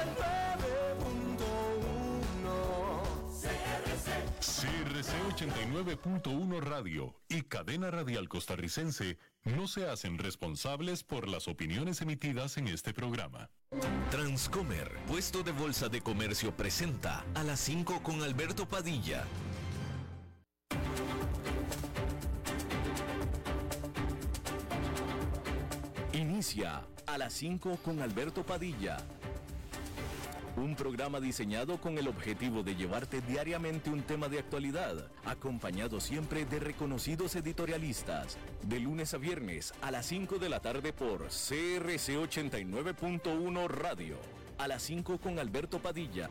CRC 89.1 Radio y Cadena Radial Costarricense no se hacen responsables por las opiniones emitidas en este programa. Transcomer, puesto de bolsa de comercio, presenta A las 5 con Alberto Padilla. Inicia A las 5 con Alberto Padilla. Un programa diseñado con el objetivo de llevarte diariamente un tema de actualidad, acompañado siempre de reconocidos editorialistas. De lunes a viernes a las 5 de la tarde por CRC 89.1 Radio. A las 5 con Alberto Padilla.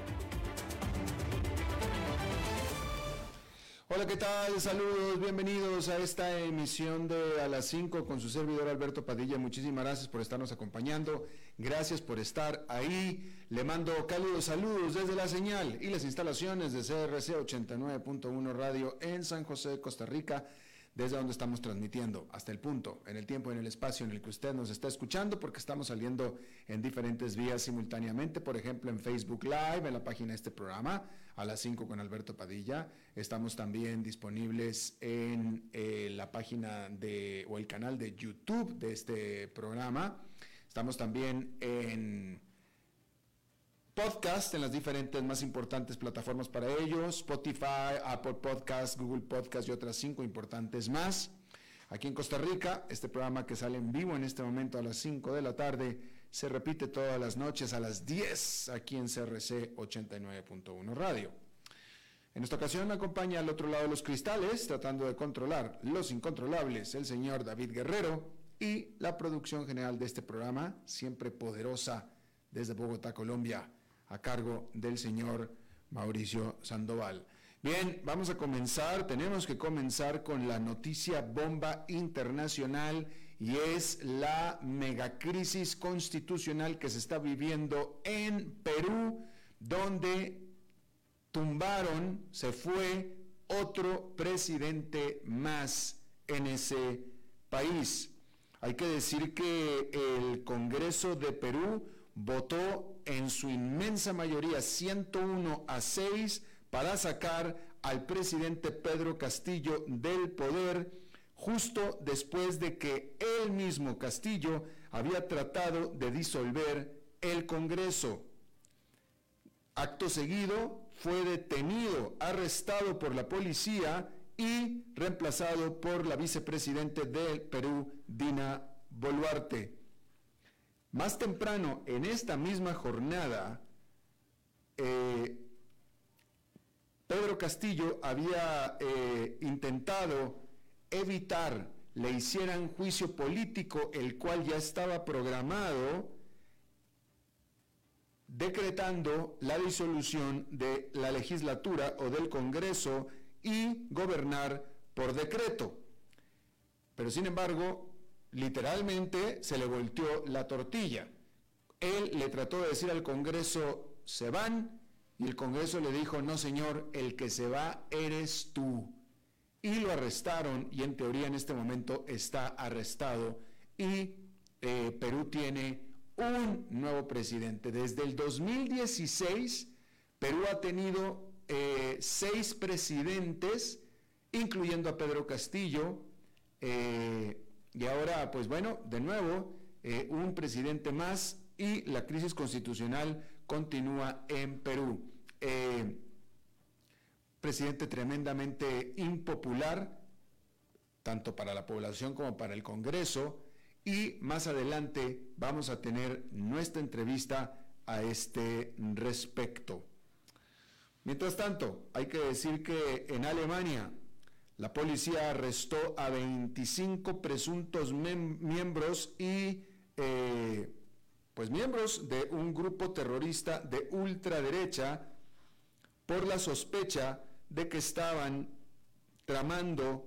Hola, ¿qué tal? Saludos, bienvenidos a esta emisión de A las 5 con su servidor Alberto Padilla. Muchísimas gracias por estarnos acompañando, gracias por estar ahí. Le mando cálidos saludos desde la señal y las instalaciones de CRC 89.1 Radio en San José, Costa Rica, desde donde estamos transmitiendo hasta el punto, en el tiempo y en el espacio en el que usted nos está escuchando, porque estamos saliendo en diferentes vías simultáneamente, por ejemplo en Facebook Live, en la página de este programa, A las 5 con Alberto Padilla. Estamos también disponibles en la página o el canal de YouTube de este programa. Estamos también en podcast, en las diferentes más importantes plataformas para ellos, Spotify, Apple Podcast, Google Podcast y otras 5 importantes más. Aquí en Costa Rica, este programa que sale en vivo en este momento a las 5 de la tarde, se repite todas las noches a las 10 aquí en CRC 89.1 Radio. En esta ocasión me acompaña al otro lado de los cristales, tratando de controlar los incontrolables, el señor David Guerrero, y la producción general de este programa, siempre poderosa desde Bogotá, Colombia, a cargo del señor Mauricio Sandoval. Bien, vamos a comenzar, tenemos que comenzar con la noticia bomba internacional, y es la megacrisis constitucional que se está viviendo en Perú, donde se fue otro presidente más en ese país. Hay que decir que el Congreso de Perú votó en su inmensa mayoría 101-6 para sacar al presidente Pedro Castillo del poder, justo después de que él mismo, Castillo, había tratado de disolver el Congreso. Acto seguido, fue detenido, arrestado por la policía y reemplazado por la vicepresidente del Perú, Dina Boluarte. Más temprano, en esta misma jornada, Pedro Castillo había intentado evitar le hicieran juicio político, el cual ya estaba programado, decretando la disolución de la legislatura o del Congreso y gobernar por decreto. Pero sin embargo, literalmente se le volteó la tortilla. Él le trató de decir al Congreso, se van, y el Congreso le dijo, no señor, el que se va eres tú. Y lo arrestaron, y en teoría en este momento está arrestado, y Perú tiene un nuevo presidente. Desde el 2016, Perú ha tenido 6 presidentes, incluyendo a Pedro Castillo, y ahora, pues bueno, de nuevo, un presidente más, y la crisis constitucional continúa en Perú. Presidente tremendamente impopular, tanto para la población como para el Congreso, y más adelante vamos a tener nuestra entrevista a este respecto. Mientras tanto, hay que decir que en Alemania la policía arrestó a 25 presuntos miembros y miembros de un grupo terrorista de ultraderecha por la sospecha de que estaban tramando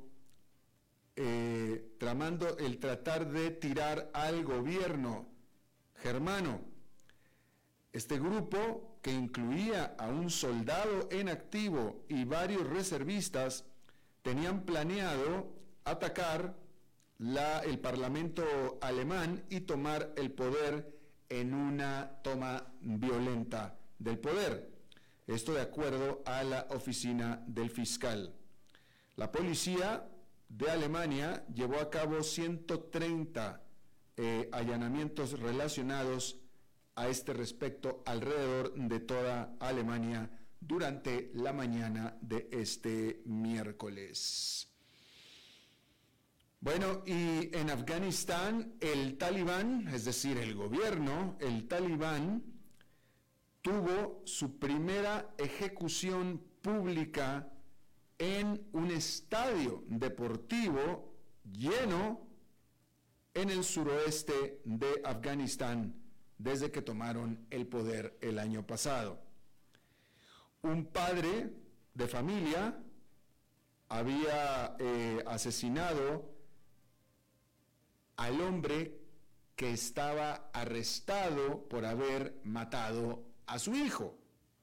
el tratar de tirar al gobierno germano. Este grupo, que incluía a un soldado en activo y varios reservistas, tenían planeado atacar el Parlamento alemán y tomar el poder en una toma violenta del poder. Esto de acuerdo a la oficina del fiscal. La policía de Alemania llevó a cabo 130 allanamientos relacionados a este respecto alrededor de toda Alemania durante la mañana de este miércoles. Bueno, y en Afganistán el talibán, es decir, el gobierno, el talibán, tuvo su primera ejecución pública en un estadio deportivo lleno en el suroeste de Afganistán desde que tomaron el poder el año pasado. Un padre de familia había asesinado al hombre que estaba arrestado por haber matado a su hijo.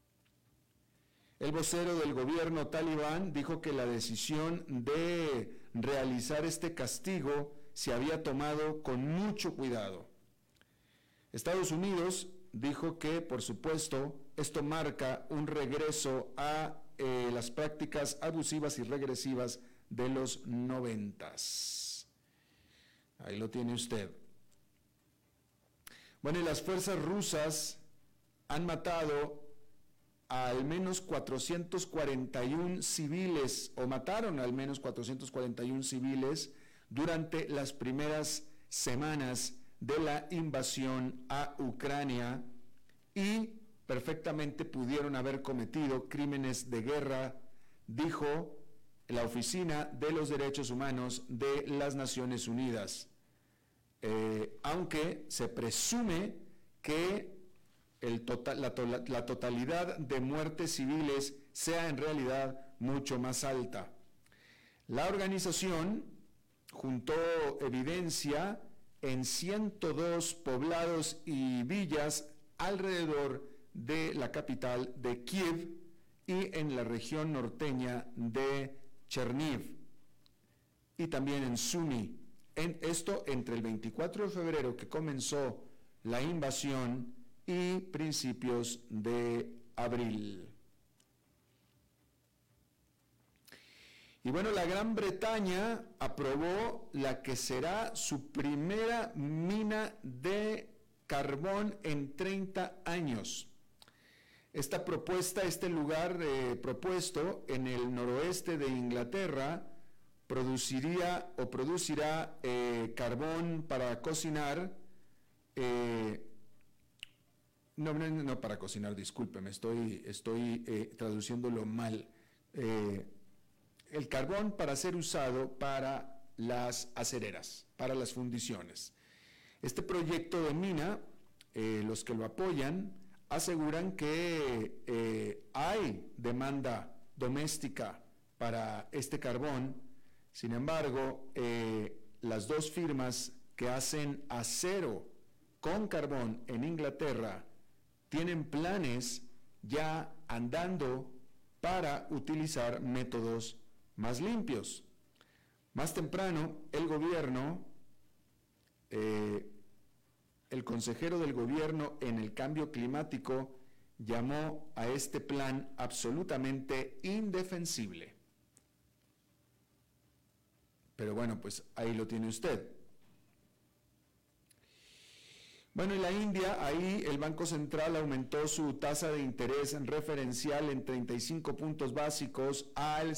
El vocero del gobierno talibán dijo que la decisión de realizar este castigo se había tomado con mucho cuidado. Estados Unidos dijo que, por supuesto, esto marca un regreso a las prácticas abusivas y regresivas de los 90s. Ahí lo tiene usted. Bueno, y las fuerzas rusas han matado a al menos 441 civiles, o mataron a al menos 441 civiles durante las primeras semanas de la invasión a Ucrania, y perfectamente pudieron haber cometido crímenes de guerra, dijo la Oficina de los Derechos Humanos de las Naciones Unidas, aunque se presume que la totalidad de muertes civiles sea en realidad mucho más alta. La organización juntó evidencia en 102 poblados y villas alrededor de la capital de Kiev y en la región norteña de Cherniv y también en Sumy. Esto entre el 24 de febrero, que comenzó la invasión, y principios de abril. Y bueno, la Gran Bretaña aprobó la que será su primera mina de carbón en 30 años. Esta propuesta, este lugar propuesto en el noroeste de Inglaterra, producirá carbón para cocinar, no para cocinar, discúlpeme, estoy traduciéndolo mal. El carbón para ser usado para las acereras, para las fundiciones. Este proyecto de mina, los que lo apoyan, aseguran que hay demanda doméstica para este carbón. Sin embargo, las dos firmas que hacen acero con carbón en Inglaterra tienen planes ya andando para utilizar métodos más limpios. Más temprano, el gobierno, el consejero del gobierno en el cambio climático llamó a este plan absolutamente indefensible. Pero bueno, pues ahí lo tiene usted. Bueno, en la India, ahí el Banco Central aumentó su tasa de interés referencial en 35 puntos básicos al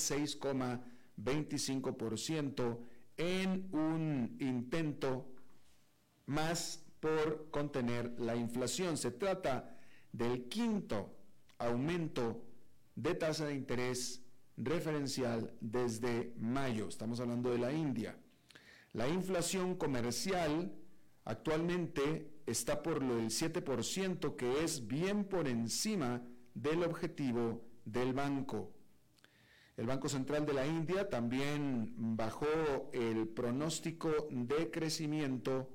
6,25% en un intento más por contener la inflación. Se trata del quinto aumento de tasa de interés referencial desde mayo. Estamos hablando de la India. La inflación comercial actualmente está por lo del 7%, que es bien por encima del objetivo del banco. El Banco Central de la India también bajó el pronóstico de crecimiento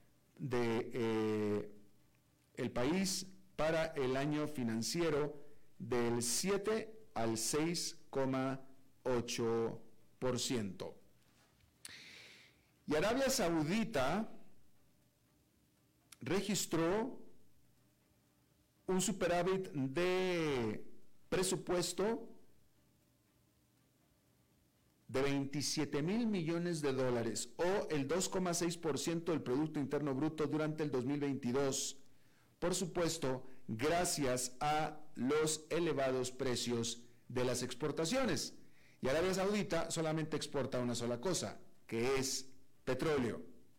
de el país para el año financiero del 7 al 6,8%. Y Arabia Saudita registró un superávit de presupuesto de 27 mil millones de dólares o el 2,6% del Producto Interno Bruto durante el 2022. Por supuesto, gracias a los elevados precios de las exportaciones. Y Arabia Saudita solamente exporta una sola cosa, que es petróleo.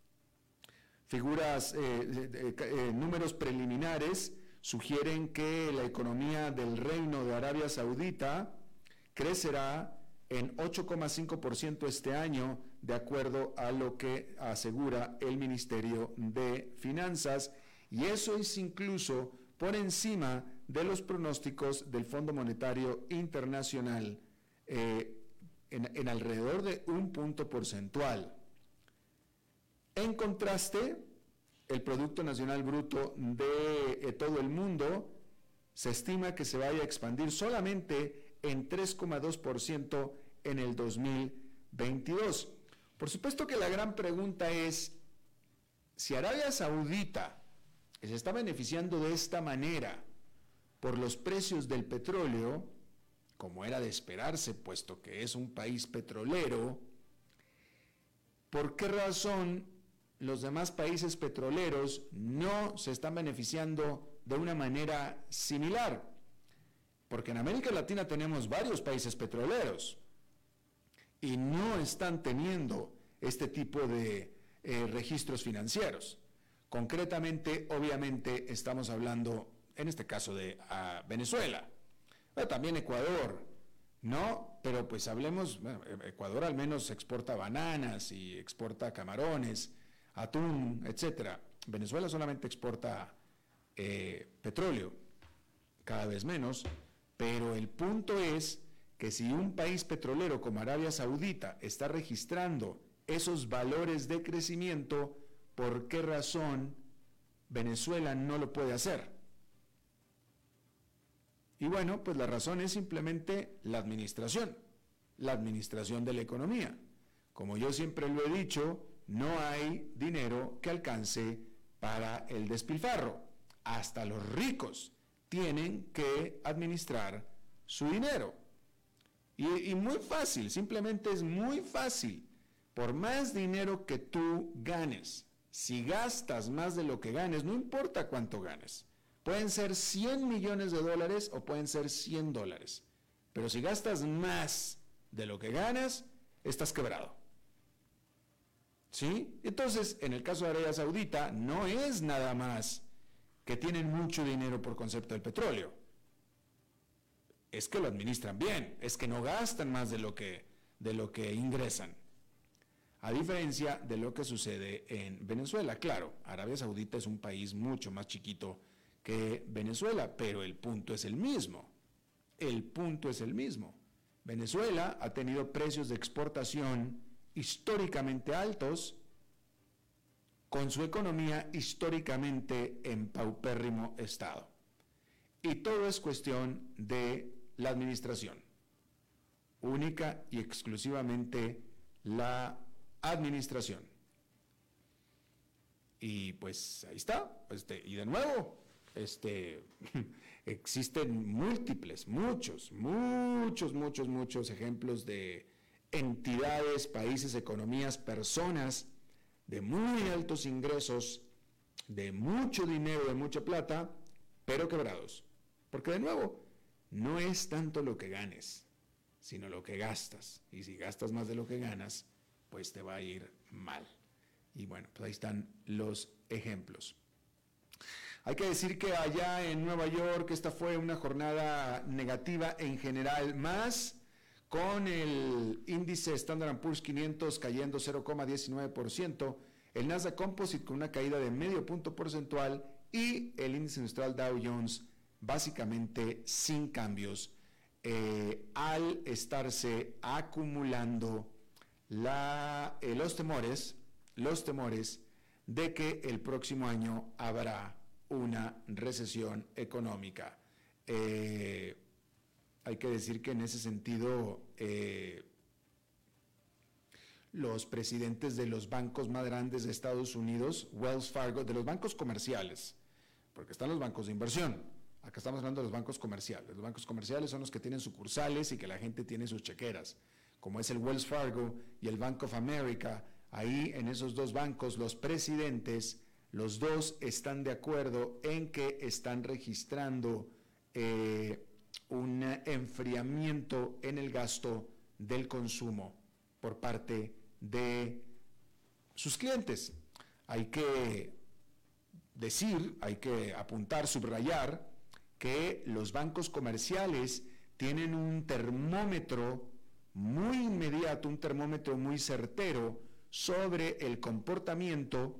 Números preliminares sugieren que la economía del Reino de Arabia Saudita crecerá en 8,5% este año, de acuerdo a lo que asegura el Ministerio de Finanzas, y eso es incluso por encima de los pronósticos del Fondo Monetario Internacional, en alrededor de 1 punto porcentual. En contraste, el Producto Nacional Bruto de todo el mundo se estima que se vaya a expandir solamente en 3,2% en el 2022. Por supuesto que la gran pregunta es, si Arabia Saudita se está beneficiando de esta manera por los precios del petróleo, como era de esperarse, puesto que es un país petrolero, ¿por qué razón los demás países petroleros no se están beneficiando de una manera similar? Porque en América Latina tenemos varios países petroleros y no están teniendo este tipo de registros financieros. Concretamente, obviamente, estamos hablando, en este caso, de Venezuela, pero también Ecuador, ¿no? Pero pues hablemos, bueno, Ecuador al menos exporta bananas y exporta camarones, atún, etcétera. Venezuela solamente exporta petróleo, cada vez menos, pero el punto es que si un país petrolero como Arabia Saudita está registrando esos valores de crecimiento, ¿por qué razón Venezuela no lo puede hacer? Y bueno, pues la razón es simplemente la administración de la economía. Como yo siempre lo he dicho, no hay dinero que alcance para el despilfarro. Hasta los ricos tienen que administrar su dinero. Y muy fácil, simplemente es muy fácil. Por más dinero que tú ganes, si gastas más de lo que ganes, no importa cuánto ganes, pueden ser 100 millones de dólares o pueden ser $100, pero si gastas más de lo que ganas, estás quebrado. ¿Sí? Entonces, en el caso de Arabia Saudita, no es nada más que tienen mucho dinero por concepto del petróleo. Es que lo administran bien, es que no gastan más de lo que ingresan. A diferencia de lo que sucede en Venezuela. Claro, Arabia Saudita es un país mucho más chiquito que Venezuela, pero el punto es el mismo. Venezuela ha tenido precios de exportación históricamente altos, con su economía históricamente en paupérrimo estado. Y todo es cuestión de la administración, única y exclusivamente la administración. Y pues ahí está, y de nuevo, existen muchos ejemplos de entidades, países, economías, personas de muy altos ingresos, de mucho dinero, de mucha plata, pero quebrados. Porque de nuevo, no es tanto lo que ganes, sino lo que gastas. Y si gastas más de lo que ganas, pues te va a ir mal. Y bueno, pues ahí están los ejemplos. Hay que decir que allá en Nueva York esta fue una jornada negativa en general, más con el índice Standard & Poor's 500 cayendo 0,19%, el Nasdaq Composite con una caída de medio punto porcentual y el índice industrial Dow Jones básicamente sin cambios, al estarse acumulando los temores de que el próximo año habrá una recesión económica. Hay que decir que en ese sentido los presidentes de los bancos más grandes de Estados Unidos, Wells Fargo, de los bancos comerciales, porque están los bancos de inversión, Acá estamos hablando de los bancos comerciales. Los bancos comerciales son los que tienen sucursales y que la gente tiene sus chequeras, como es el Wells Fargo y el Bank of America. Ahí en esos dos bancos los presidentes, los dos están de acuerdo en que están registrando un enfriamiento en el gasto del consumo por parte de sus clientes. Hay que decir, hay que apuntar, subrayar que los bancos comerciales tienen un termómetro muy inmediato, un termómetro muy certero sobre el comportamiento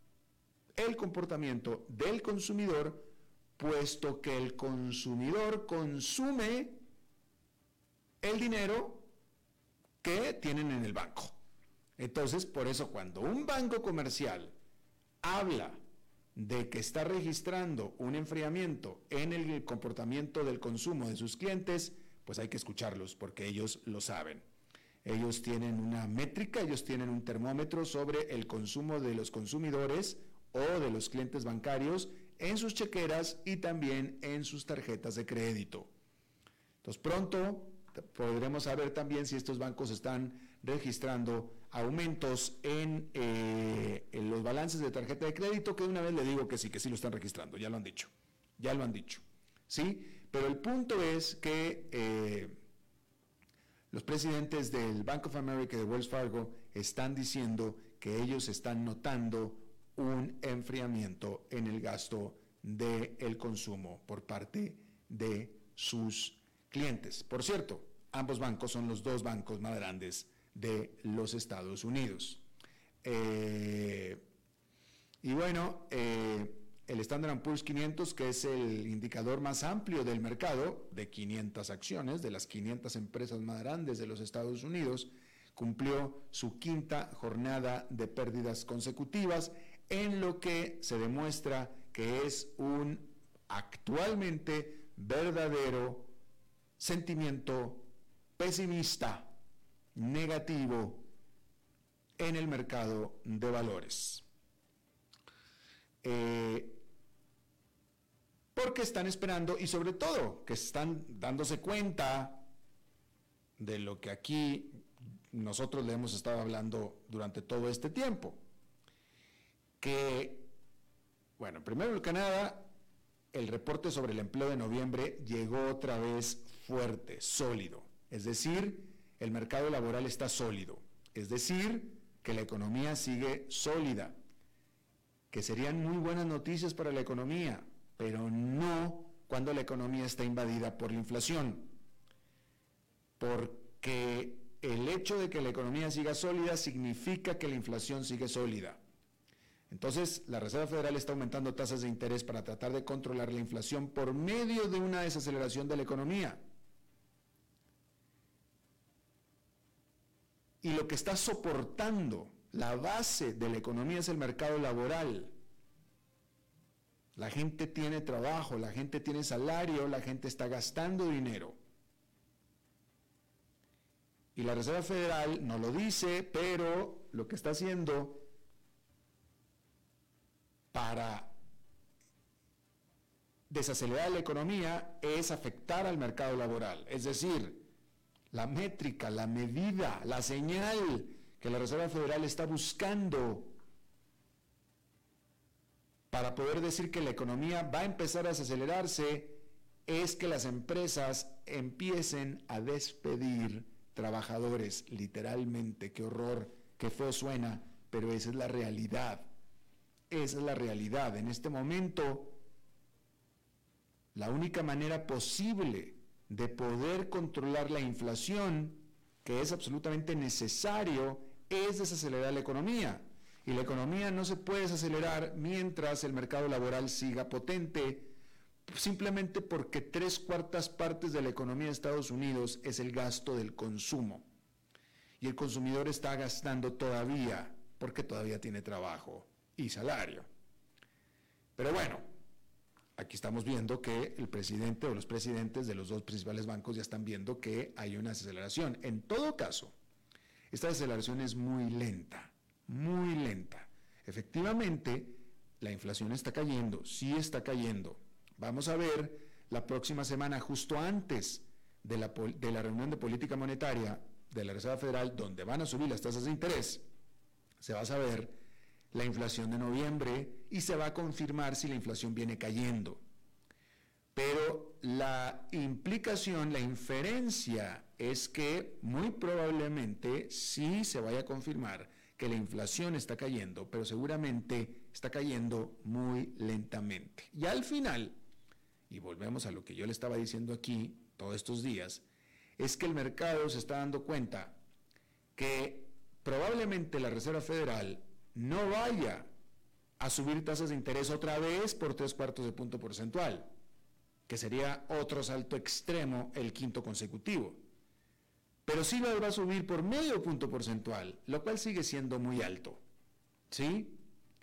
del consumidor, puesto que el consumidor consume el dinero que tienen en el banco. Entonces, por eso cuando un banco comercial habla de que está registrando un enfriamiento en el comportamiento del consumo de sus clientes, pues hay que escucharlos porque ellos lo saben. Ellos tienen una métrica, ellos tienen un termómetro sobre el consumo de los consumidores o de los clientes bancarios en sus chequeras y también en sus tarjetas de crédito. Entonces pronto podremos saber también si estos bancos están registrando aumentos en los balances de tarjeta de crédito, que de una vez le digo que sí lo están registrando, ya lo han dicho, ¿sí? Pero el punto es que los presidentes del Bank of America y de Wells Fargo están diciendo que ellos están notando un enfriamiento en el gasto del consumo por parte de sus clientes. Por cierto, ambos bancos son los dos bancos más grandes de los Estados Unidos. Y bueno, el Standard & Poor's 500, que es el indicador más amplio del mercado, de 500 acciones, de las 500 empresas más grandes de los Estados Unidos, cumplió su quinta jornada de pérdidas consecutivas, en lo que se demuestra que es un actualmente verdadero sentimiento pesimista, negativo en el mercado de valores. Porque están esperando y sobre todo que están dándose cuenta de lo que aquí nosotros le hemos estado hablando durante todo este tiempo. Que, bueno, primero que nada, el reporte sobre el empleo de noviembre llegó otra vez fuerte, sólido. Es decir, el mercado laboral está sólido. Es decir, que la economía sigue sólida. Que serían muy buenas noticias para la economía, pero no cuando la economía está invadida por la inflación. Porque el hecho de que la economía siga sólida significa que la inflación sigue sólida. Entonces, la Reserva Federal está aumentando tasas de interés para tratar de controlar la inflación por medio de una desaceleración de la economía. Y lo que está soportando la base de la economía es el mercado laboral. La gente tiene trabajo, la gente tiene salario, la gente está gastando dinero. Y la Reserva Federal no lo dice, pero lo que está haciendo para desacelerar la economía es afectar al mercado laboral. Es decir, la métrica, la medida, la señal que la Reserva Federal está buscando para poder decir que la economía va a empezar a desacelerarse es que las empresas empiecen a despedir trabajadores, literalmente. Qué horror, qué feo suena, pero esa es la realidad. Esa es la realidad. En este momento, la única manera posible de poder controlar la inflación, que es absolutamente necesario, es desacelerar la economía. Y la economía no se puede desacelerar mientras el mercado laboral siga potente, simplemente porque 3/4 partes de la economía de Estados Unidos es el gasto del consumo. Y el consumidor está gastando todavía, porque todavía tiene trabajo y salario. Pero bueno, aquí estamos viendo que el presidente o los presidentes de los dos principales bancos ya están viendo que hay una desaceleración. En todo caso, esta desaceleración es muy lenta, muy lenta. Efectivamente, la inflación está cayendo, sí está cayendo. Vamos a ver la próxima semana, justo antes de la reunión de política monetaria de la Reserva Federal, donde van a subir las tasas de interés, se va a saber la inflación de noviembre y se va a confirmar si la inflación viene cayendo. Pero la implicación, la inferencia es que muy probablemente sí se vaya a confirmar que la inflación está cayendo, pero seguramente está cayendo muy lentamente. Y al final, y volvemos a lo que yo le estaba diciendo aquí todos estos días, es que el mercado se está dando cuenta que probablemente la Reserva Federal no vaya a subir tasas de interés otra vez por 3/4 de punto porcentual, que sería otro salto extremo, el quinto consecutivo. Pero sí lo va a subir por medio punto porcentual, lo cual sigue siendo muy alto, ¿sí?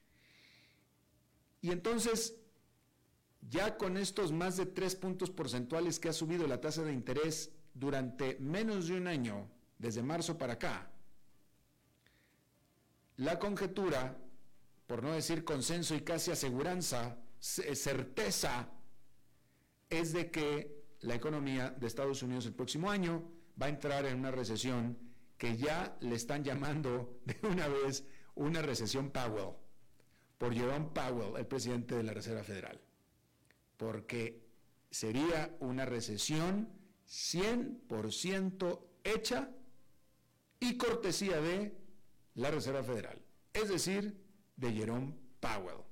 Y entonces, ya con estos más de 3 puntos porcentuales que ha subido la tasa de interés durante menos de un año, desde marzo para acá, la conjetura, por no decir consenso y casi aseguranza, certeza, es de que la economía de Estados Unidos el próximo año va a entrar en una recesión que ya le están llamando de una vez una recesión Powell, por Jerome Powell, el presidente de la Reserva Federal, porque sería una recesión 100% hecha y cortesía de la Reserva Federal, es decir, de Jerome Powell.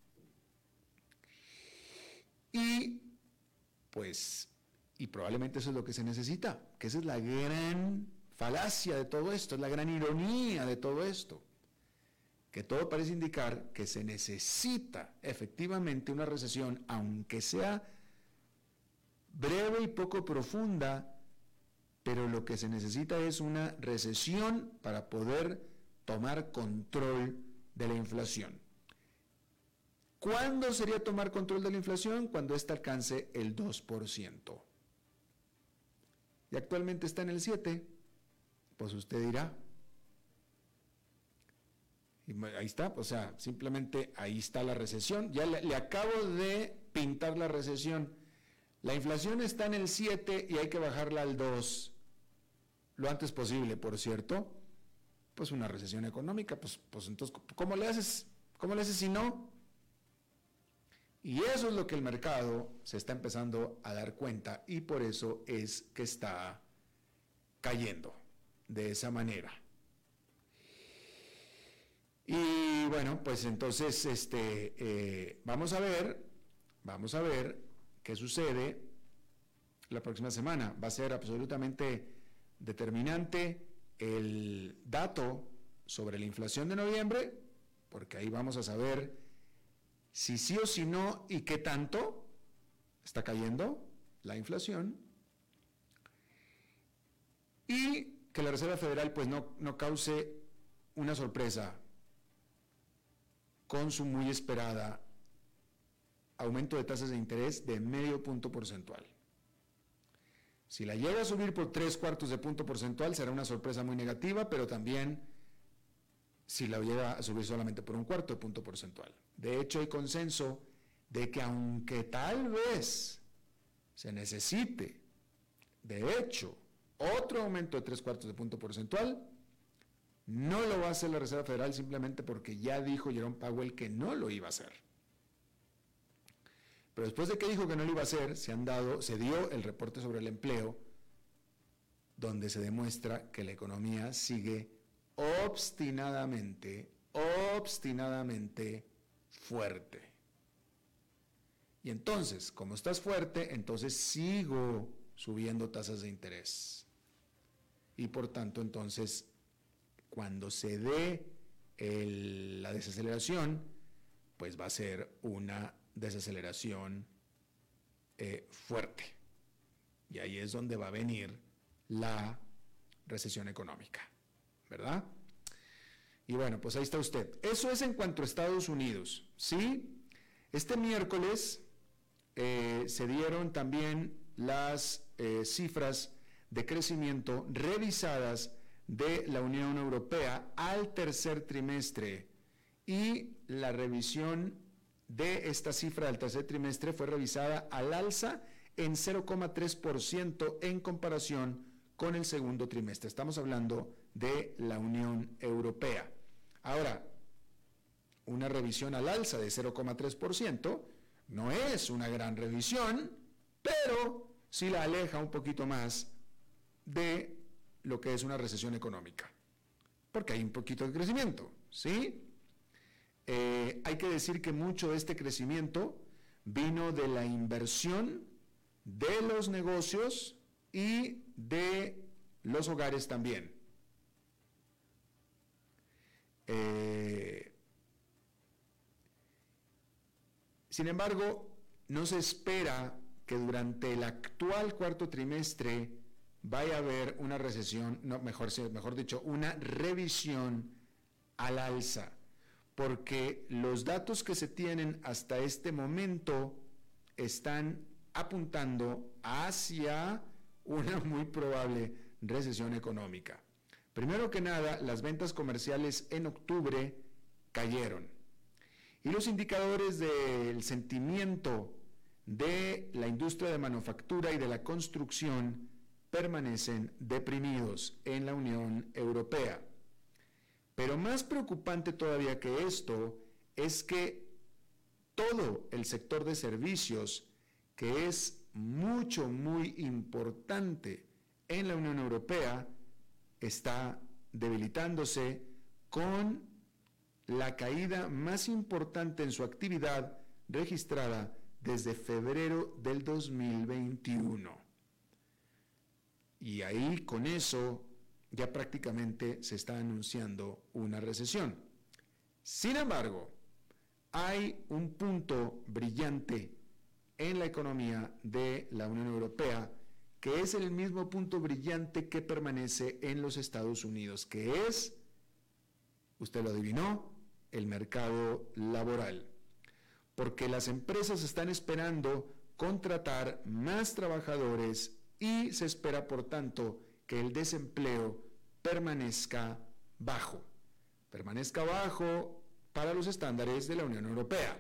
Y probablemente eso es lo que se necesita, que esa es la gran falacia de todo esto, es la gran ironía de todo esto, que todo parece indicar que se necesita efectivamente una recesión, aunque sea breve y poco profunda, pero lo que se necesita es una recesión para poder tomar control de la inflación. ¿Cuándo sería tomar control de la inflación? Cuando ésta alcance el 2%. Y actualmente está en el 7%, pues usted dirá. Y ahí está, o sea, simplemente ahí está la recesión. Ya le acabo de pintar la recesión. La inflación está en el 7% y hay que bajarla al 2%, lo antes posible, por cierto. Pues una recesión económica, pues entonces, ¿cómo le haces si no? Y eso es lo que el mercado se está empezando a dar cuenta y por eso es que está cayendo de esa manera. Y bueno, pues entonces vamos a ver qué sucede la próxima semana. Va a ser absolutamente determinante el dato sobre la inflación de noviembre, porque ahí vamos a saber si sí o si no y qué tanto está cayendo la inflación, y que la Reserva Federal pues no cause una sorpresa con su muy esperada aumento de tasas de interés de medio punto porcentual. Si la llega a subir por 3/4 de punto porcentual será una sorpresa muy negativa, pero también si la llega a subir solamente por 1/4 de punto porcentual. De hecho, hay consenso de que aunque tal vez se necesite, de hecho, otro aumento de 3/4 de punto porcentual, no lo va a hacer la Reserva Federal simplemente porque ya dijo Jerome Powell que no lo iba a hacer. Pero después de que dijo que no lo iba a hacer, se dio el reporte sobre el empleo, donde se demuestra que la economía sigue obstinadamente fuerte. Y entonces, como estás fuerte, entonces sigo subiendo tasas de interés. Y por tanto, entonces, cuando se dé la desaceleración, pues va a ser una desaceleración fuerte. Y ahí es donde va a venir la recesión económica, ¿verdad? Y bueno, pues ahí está usted. Eso es en cuanto a Estados Unidos, ¿sí? Este miércoles se dieron también las cifras de crecimiento revisadas de la Unión Europea al tercer trimestre, y la revisión de esta cifra del tercer trimestre fue revisada al alza en 0,3% en comparación con el segundo trimestre. Estamos hablando de la Unión Europea. Ahora, una revisión al alza de 0,3% no es una gran revisión, pero sí la aleja un poquito más de lo que es una recesión económica, porque hay un poquito de crecimiento, ¿sí? Hay que decir que mucho de este crecimiento vino de la inversión de los negocios y de los hogares también. Sin embargo, no se espera que durante el actual cuarto trimestre vaya a haber una recesión, no, mejor dicho, una revisión al alza, porque los datos que se tienen hasta este momento están apuntando hacia una muy probable recesión económica. Primero que nada, las ventas comerciales en octubre cayeron y los indicadores del sentimiento de la industria de manufactura y de la construcción permanecen deprimidos en la Unión Europea. Pero más preocupante todavía que esto es que todo el sector de servicios, que es muy importante en la Unión Europea, está debilitándose con la caída más importante en su actividad registrada desde febrero del 2021. Y ahí con eso ya prácticamente se está anunciando una recesión. Sin embargo, hay un punto brillante en la economía de la Unión Europea, que es el mismo punto brillante que permanece en los Estados Unidos, que es, usted lo adivinó, el mercado laboral. Porque las empresas están esperando contratar más trabajadores y se espera, por tanto, que el desempleo permanezca bajo para los estándares de la Unión Europea.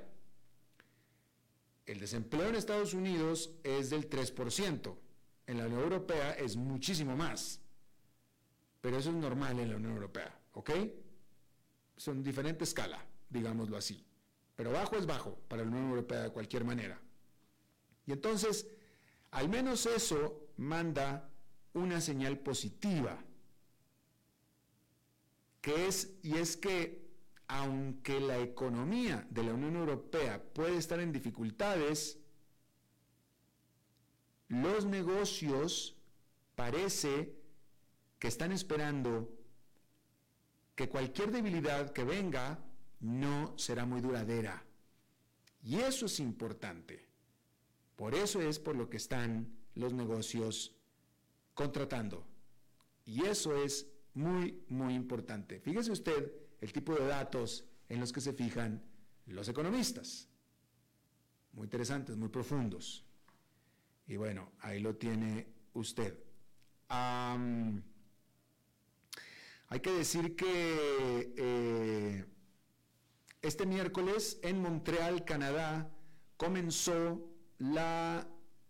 El desempleo en Estados Unidos es del 3%, en la Unión Europea es muchísimo más, pero eso es normal en la Unión Europea, ¿ok? Son diferente escala, digámoslo así, pero bajo es bajo para la Unión Europea de cualquier manera. Y entonces, al menos eso manda una señal positiva, es que aunque la economía de la Unión Europea puede estar en dificultades, los negocios parece que están esperando que cualquier debilidad que venga no será muy duradera. Y eso es importante. Por eso es por lo que están los negocios contratando. Y eso es muy importante. Fíjese usted el tipo de datos en los que se fijan los economistas. Muy interesantes, muy profundos. Y bueno, ahí lo tiene usted. Hay que decir que este miércoles en Montreal, Canadá, comenzó la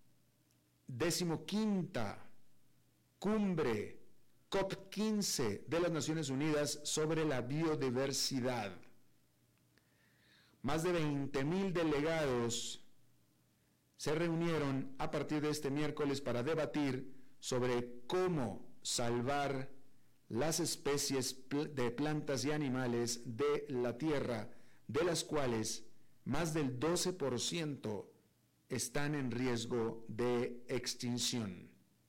15ª cumbre COP15 de las Naciones Unidas sobre la biodiversidad. Más de 20,000 delegados se reunieron a partir de este miércoles para debatir sobre cómo salvar las especies de plantas y animales de la Tierra, de las cuales más del 12% están en riesgo de extinción.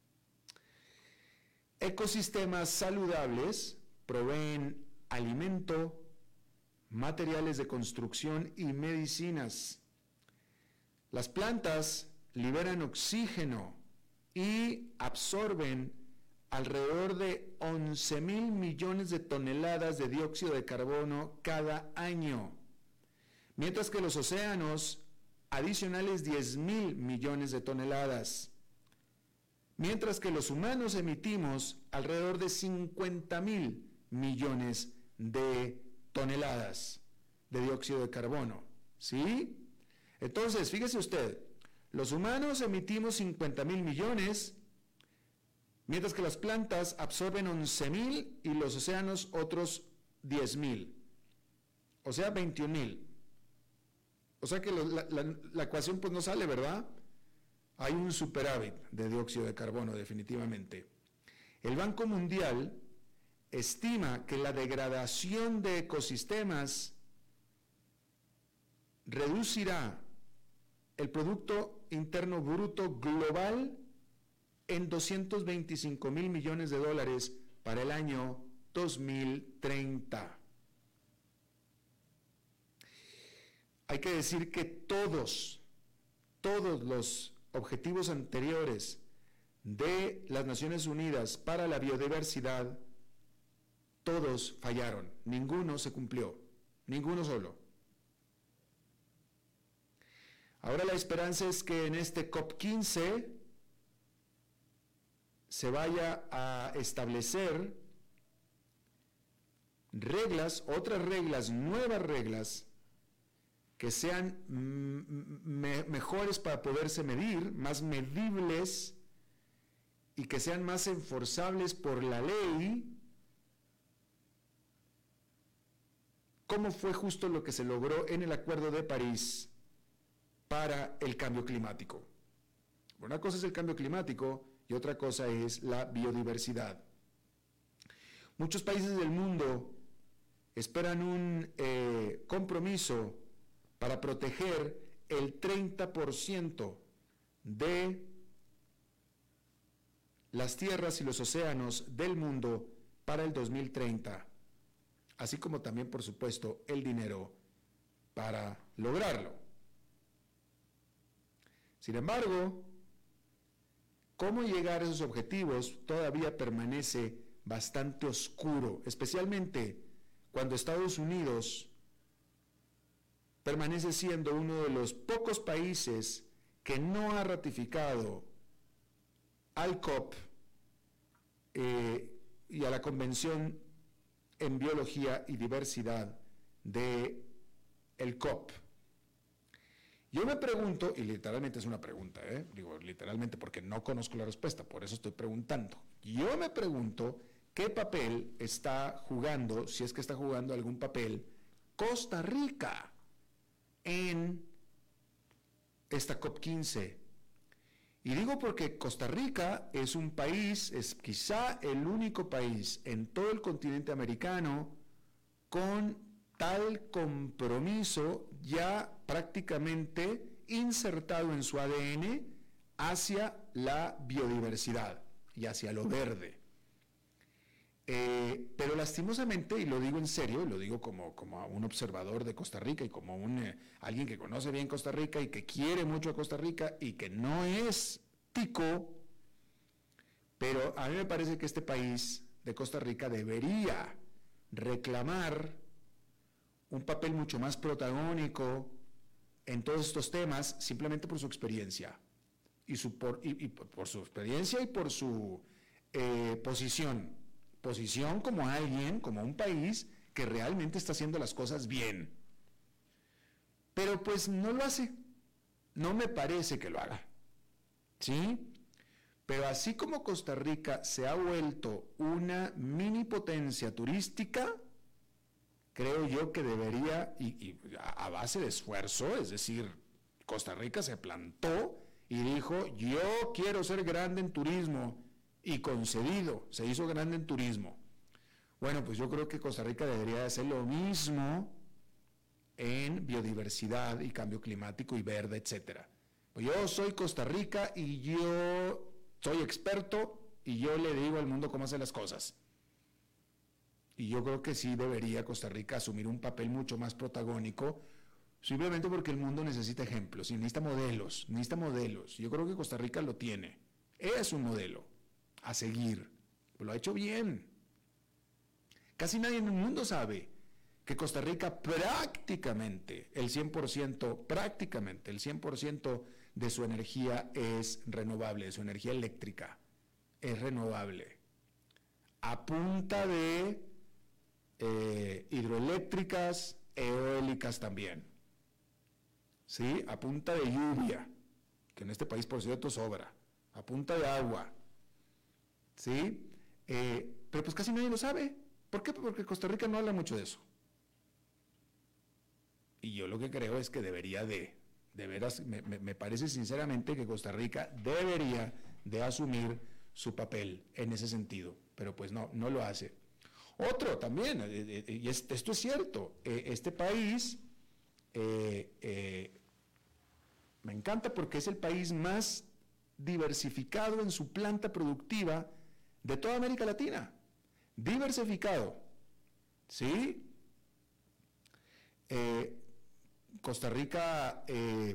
Ecosistemas saludables proveen alimento, materiales de construcción y medicinas. Las plantas liberan oxígeno y absorben alrededor de 11,000 millones de toneladas de dióxido de carbono cada año, mientras que los océanos adicionales 10,000 millones de toneladas, mientras que los humanos emitimos alrededor de 50,000 millones de toneladas de dióxido de carbono, ¿sí? Entonces, fíjese usted, los humanos emitimos 50.000 millones, mientras que las plantas absorben 11.000 y los océanos otros 10.000. O sea, 21.000. O sea que la ecuación pues no sale, ¿verdad? Hay un superávit de dióxido de carbono, definitivamente. El Banco Mundial estima que la degradación de ecosistemas reducirá el Producto Interno Bruto global en 225.000 millones de dólares para el año 2030. Hay que decir que todos los objetivos anteriores de las Naciones Unidas para la biodiversidad, todos fallaron, ninguno se cumplió, ninguno solo. Ahora la esperanza es que en este COP15 se vaya a establecer reglas, otras reglas, nuevas reglas, que sean mejores para poderse medir, más medibles y que sean más enforzables por la ley, como fue justo lo que se logró en el Acuerdo de París para el cambio climático. Una cosa es el cambio climático y otra cosa es la biodiversidad. Muchos países del mundo esperan un compromiso para proteger el 30% de las tierras y los océanos del mundo para el 2030, así como también, por supuesto, el dinero para lograrlo. Sin embargo, cómo llegar a esos objetivos todavía permanece bastante oscuro, especialmente cuando Estados Unidos permanece siendo uno de los pocos países que no ha ratificado al COP y a la Convención en Biología y Diversidad de el COP. Yo me pregunto, y literalmente es una pregunta, digo literalmente porque no conozco la respuesta, por eso estoy preguntando. Yo me pregunto qué papel está jugando, si es que está jugando algún papel, Costa Rica en esta COP15. Y digo porque Costa Rica es un país, es quizá el único país en todo el continente americano con tal compromiso ya prácticamente insertado en su ADN hacia la biodiversidad y hacia lo verde. Pero lastimosamente, y lo digo en serio, y lo digo como un observador de Costa Rica y como alguien que conoce bien Costa Rica y que quiere mucho a Costa Rica y que no es tico, pero a mí me parece que este país de Costa Rica debería reclamar un papel mucho más protagónico en todos estos temas, simplemente por su experiencia por su experiencia y por su posición como alguien, como un país que realmente está haciendo las cosas bien. Pero pues no lo hace, no me parece que lo haga, ¿sí? Pero así como Costa Rica se ha vuelto una mini potencia turística, creo yo que debería, y a base de esfuerzo, es decir, Costa Rica se plantó y dijo, yo quiero ser grande en turismo, y concedido, se hizo grande en turismo. Bueno, pues yo creo que Costa Rica debería hacer lo mismo en biodiversidad y cambio climático y verde, etcétera. Pues yo soy Costa Rica y yo soy experto y yo le digo al mundo cómo hacer las cosas. Y yo creo que sí debería Costa Rica asumir un papel mucho más protagónico, simplemente porque el mundo necesita ejemplos y necesita modelos. Yo creo que Costa Rica lo tiene, es un modelo a seguir, lo ha hecho bien. Casi nadie en el mundo sabe que Costa Rica prácticamente el 100% de su energía es renovable, de su energía eléctrica es renovable, a punta de hidroeléctricas, eólicas también, ¿sí? A punta de lluvia que en este país, por cierto, sobra, a punta de agua, ¿sí? Pero pues casi nadie lo sabe. ¿Por qué? Porque Costa Rica no habla mucho de eso. Y yo lo que creo es que debería de veras, me parece sinceramente que Costa Rica debería de asumir su papel en ese sentido, pero pues no lo hace. Otro también, y esto es cierto, este país me encanta porque es el país más diversificado en su planta productiva de toda América Latina. Diversificado, ¿sí? Costa Rica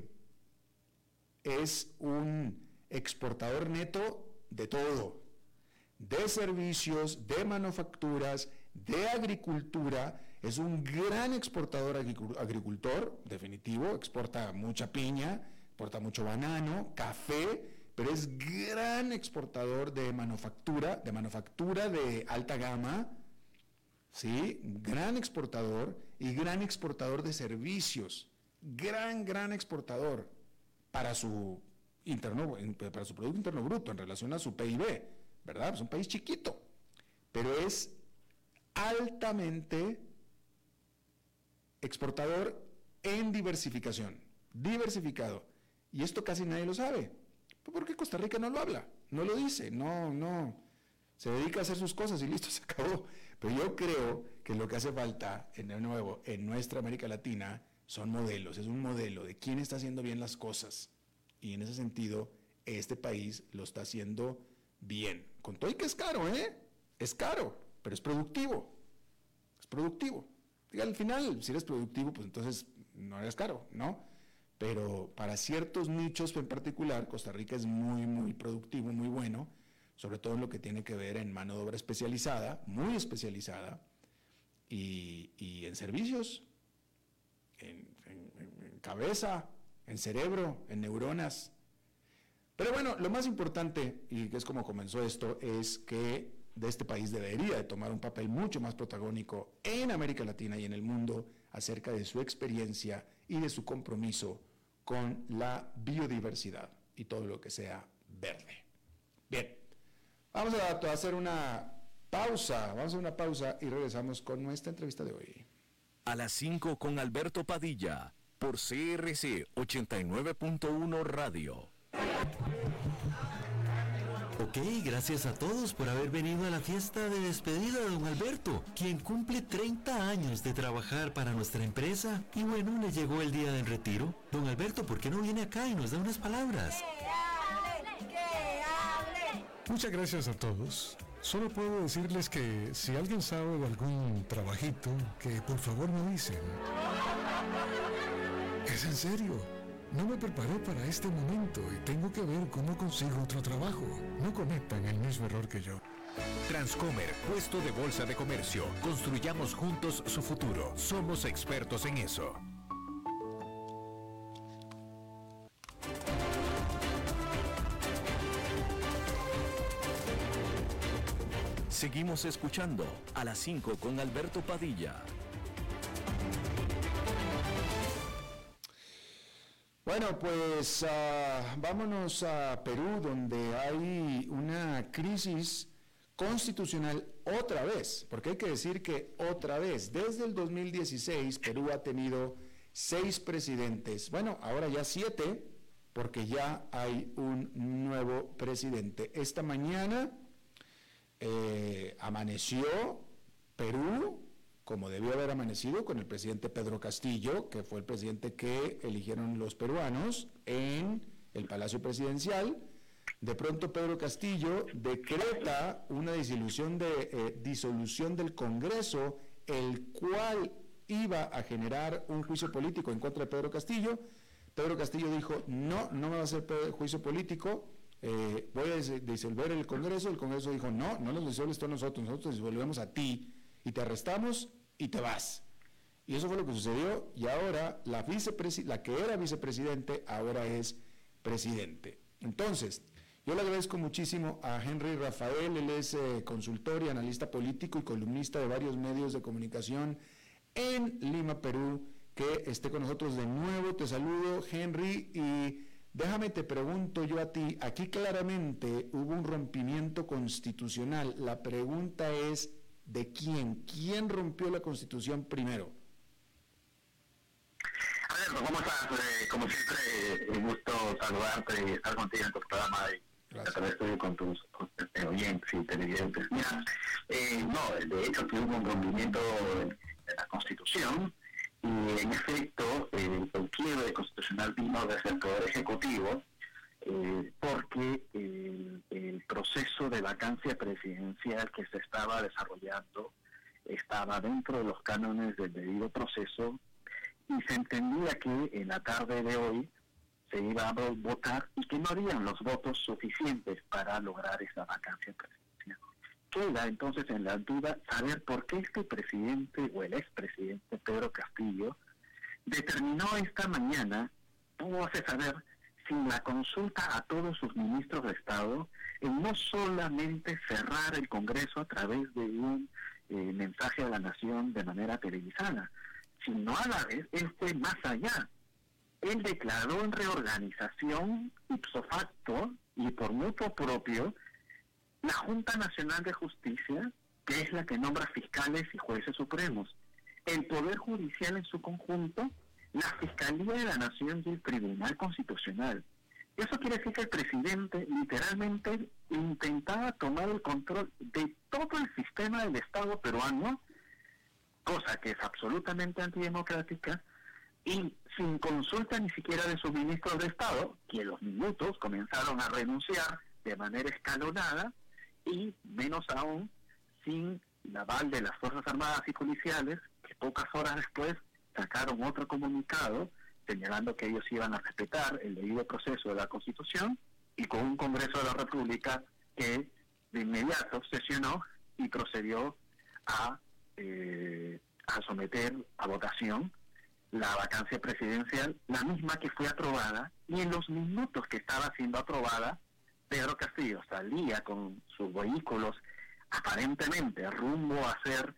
es un exportador neto de todo, de servicios, de manufacturas, de agricultura. Es un gran exportador agricultor, definitivo, exporta mucha piña, exporta mucho banano, café, pero es gran exportador de manufactura de alta gama, ¿sí? Gran exportador y gran exportador de servicios, gran exportador para su Producto Interno Bruto en relación a su PIB, ¿verdad? Es un país chiquito, pero es altamente exportador en diversificado, y esto casi nadie lo sabe, porque Costa Rica no lo habla, no lo dice, no, se dedica a hacer sus cosas y listo, se acabó. Pero yo creo que lo que hace falta, de nuevo, en nuestra América Latina, son modelos, es un modelo de quién está haciendo bien las cosas, y en ese sentido, este país lo está haciendo bien, con todo y que es caro, es caro, pero es productivo, y al final, si eres productivo, pues entonces no eres caro, ¿no? Pero para ciertos nichos en particular, Costa Rica es muy productivo, muy bueno, sobre todo en lo que tiene que ver en mano de obra especializada, muy especializada, y en servicios, en cabeza, en cerebro, en neuronas. Pero bueno, lo más importante, y que es como comenzó esto, es que de este país debería de tomar un papel mucho más protagónico en América Latina y en el mundo acerca de su experiencia y de su compromiso con la biodiversidad y todo lo que sea verde. Bien, vamos a hacer una pausa, y regresamos con nuestra entrevista de hoy. A las 5 con Alberto Padilla, por CRC 89.1 Radio. Ok, gracias a todos por haber venido a la fiesta de despedida de don Alberto, quien cumple 30 años de trabajar para nuestra empresa. Y bueno, le llegó el día del retiro. Don Alberto, ¿por qué no viene acá y nos da unas palabras? ¡Que hable! Muchas gracias a todos. Solo puedo decirles que si alguien sabe de algún trabajito, que por favor me dicen. Es en serio. No me preparé para este momento y tengo que ver cómo consigo otro trabajo. No cometan el mismo error que yo. Transcomer, puesto de bolsa de comercio. Construyamos juntos su futuro. Somos expertos en eso. Seguimos escuchando a las 5 con Alberto Padilla. Bueno, pues vámonos a Perú, donde hay una crisis constitucional otra vez, porque hay que decir que otra vez, desde el 2016, Perú ha tenido 6 presidentes, bueno, ahora ya 7, porque ya hay un nuevo presidente. Esta mañana amaneció Perú como debió haber amanecido, con el presidente Pedro Castillo, que fue el presidente que eligieron los peruanos en el Palacio Presidencial. De pronto Pedro Castillo decreta una disolución del Congreso, el cual iba a generar un juicio político en contra de Pedro Castillo. Pedro Castillo dijo, no me va a hacer juicio político, voy a disolver el Congreso. El Congreso dijo, no nos disuelves tú a nosotros disolvemos a ti, y te arrestamos y te vas. Y eso fue lo que sucedió, y ahora la que era vicepresidente ahora es presidente. Entonces, yo le agradezco muchísimo a Henry Rafael, él es consultor y analista político y columnista de varios medios de comunicación en Lima, Perú, que esté con nosotros de nuevo. Te saludo, Henry, y Déjame te pregunto yo a ti, aquí claramente hubo un rompimiento constitucional. La pregunta es, ¿de quién? ¿Quién rompió la Constitución primero? Alberto, ¿cómo estás? Como siempre, un gusto saludarte y estar contigo en tu programa y a través tuyo con tus oyentes y televidentes. Mira, no, de hecho que hubo un rompimiento de la Constitución y en efecto el quiebre constitucional vino desde el Poder Ejecutivo porque el proceso de vacancia presidencial que se estaba desarrollando estaba dentro de los cánones del debido proceso y se entendía que en la tarde de hoy se iba a votar y que no habían los votos suficientes para lograr esa vacancia presidencial. Queda entonces en la duda saber por qué este presidente o el expresidente Pedro Castillo determinó esta mañana, pudo hacer saber, sin la consulta a todos sus ministros de Estado, en no solamente cerrar el Congreso a través de un mensaje a la nación de manera televisada, sino a la vez él fue más allá. Él declaró en reorganización ipso facto y por mutuo propio la Junta Nacional de Justicia, que es la que nombra fiscales y jueces supremos, el Poder Judicial en su conjunto, la Fiscalía de la Nación y el Tribunal Constitucional. Eso quiere decir que el presidente literalmente intentaba tomar el control de todo el sistema del Estado peruano, cosa que es absolutamente antidemocrática, y sin consulta ni siquiera de sus ministros de Estado, que a los minutos comenzaron a renunciar de manera escalonada, y menos aún sin el aval de las Fuerzas Armadas y Policiales, que pocas horas después sacaron otro comunicado señalando que ellos iban a respetar el debido proceso de la Constitución, y con un Congreso de la República que de inmediato sesionó y procedió a someter a votación la vacancia presidencial, la misma que fue aprobada, y en los minutos que estaba siendo aprobada, Pedro Castillo salía con sus vehículos aparentemente rumbo a hacer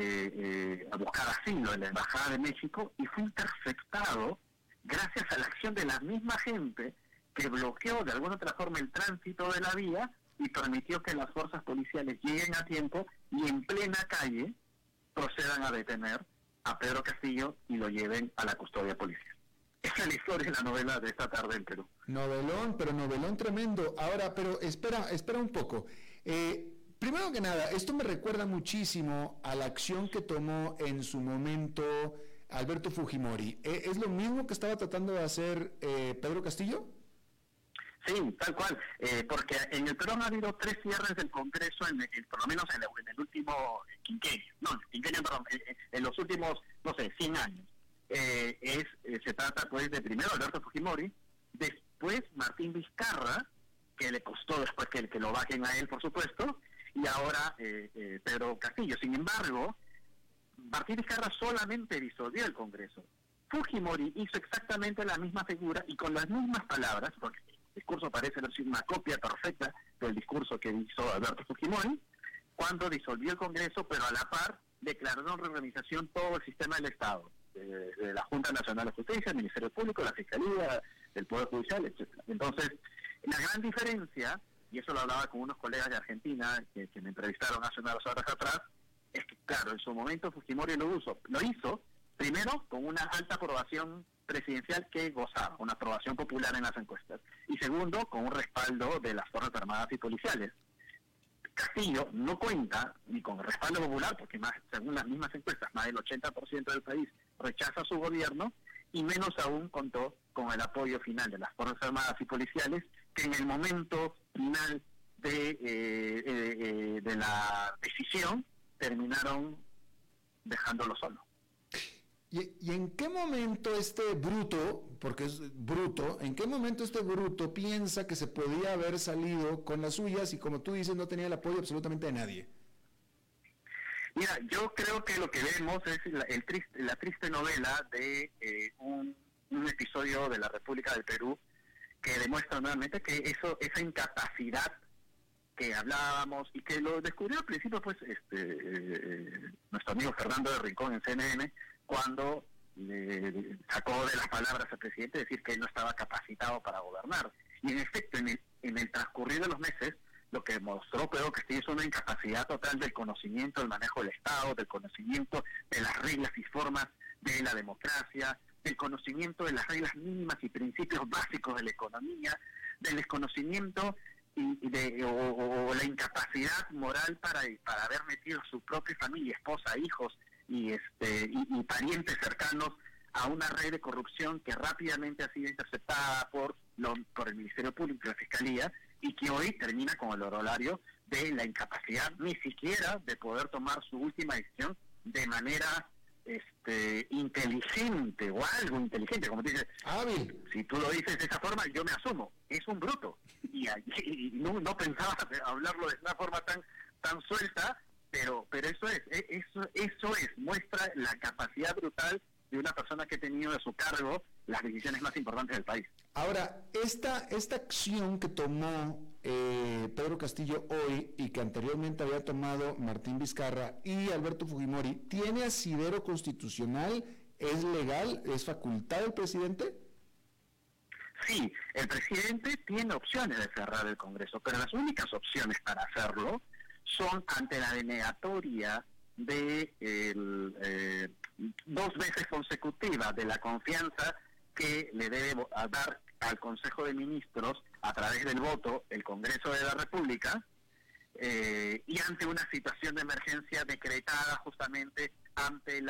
a buscar asilo en la Embajada de México, y fue interceptado gracias a la acción de la misma gente que bloqueó de alguna otra forma el tránsito de la vía y permitió que las fuerzas policiales lleguen a tiempo y en plena calle procedan a detener a Pedro Castillo y lo lleven a la custodia policial. Esa es la historia de la novela de esta tarde en Perú. Novelón, pero novelón tremendo. Ahora, pero espera un poco. Primero que nada, esto me recuerda muchísimo a la acción que tomó en su momento Alberto Fujimori. ¿Es lo mismo que estaba tratando de hacer Pedro Castillo? Sí, tal cual, porque en el Perú ha habido 3 cierres del Congreso, por lo menos en el último quinquenio, en los últimos, 100 años. Se trata pues de primero Alberto Fujimori, después Martín Vizcarra, que le costó después que lo bajen a él, por supuesto, y ahora Pedro Castillo. Sin embargo, Martín Vizcarra solamente disolvió el Congreso. Fujimori hizo exactamente la misma figura y con las mismas palabras, porque el discurso parece ser una copia perfecta del discurso que hizo Alberto Fujimori, cuando disolvió el Congreso, pero a la par declaró en reorganización todo el sistema del Estado, de la Junta Nacional de Justicia, el Ministerio Público, la Fiscalía, el Poder Judicial, etcétera. Entonces, la gran diferencia, y eso lo hablaba con unos colegas de Argentina que me entrevistaron hace unas horas atrás, es que, claro, en su momento Fujimori lo hizo primero con una alta aprobación presidencial que gozaba, una aprobación popular en las encuestas, y segundo, con un respaldo de las Fuerzas Armadas y Policiales. Castillo no cuenta ni con respaldo popular, porque según las mismas encuestas, más del 80% del país rechaza su gobierno, y menos aún contó con el apoyo final de las Fuerzas Armadas y Policiales, que en el momento final de la decisión terminaron dejándolo solo. ¿Y en qué momento este bruto, porque es bruto, en qué momento este bruto piensa que se podía haber salido con las suyas y, como tú dices, no tenía el apoyo absolutamente de nadie? Mira, yo creo que lo que vemos es la triste novela de un episodio de la República del Perú que demuestra nuevamente que esa incapacidad que hablábamos y que lo descubrió al principio pues nuestro amigo Fernando de Rincón en CNN, cuando sacó de las palabras al presidente decir que él no estaba capacitado para gobernar. Y en efecto, en el transcurrir de los meses, lo que mostró Pedro Castillo es una incapacidad total del conocimiento del manejo del Estado, del conocimiento de las reglas y formas de la democracia, del conocimiento de las reglas mínimas y principios básicos de la economía, del desconocimiento o la incapacidad moral para haber metido a su propia familia, esposa, hijos y parientes cercanos a una red de corrupción que rápidamente ha sido interceptada por el Ministerio Público y la Fiscalía, y que hoy termina con el horario de la incapacidad ni siquiera de poder tomar su última decisión de manera inteligente o algo inteligente, como te dices, hábil. Si tú lo dices de esa forma, yo me asumo, es un bruto, y no pensaba hablarlo de una forma tan suelta, pero eso muestra la capacidad brutal de una persona que ha tenido a su cargo las decisiones más importantes del país. Ahora, esta acción que tomó Pedro Castillo hoy y que anteriormente había tomado Martín Vizcarra y Alberto Fujimori, ¿tiene asidero constitucional? ¿Es legal? ¿Es facultad del presidente? Sí, el presidente tiene opciones de cerrar el Congreso, pero las únicas opciones para hacerlo son ante la denegatoria de 2 veces consecutivas de la confianza que le debe dar al Consejo de Ministros a través del voto el Congreso de la República, y ante una situación de emergencia decretada justamente ante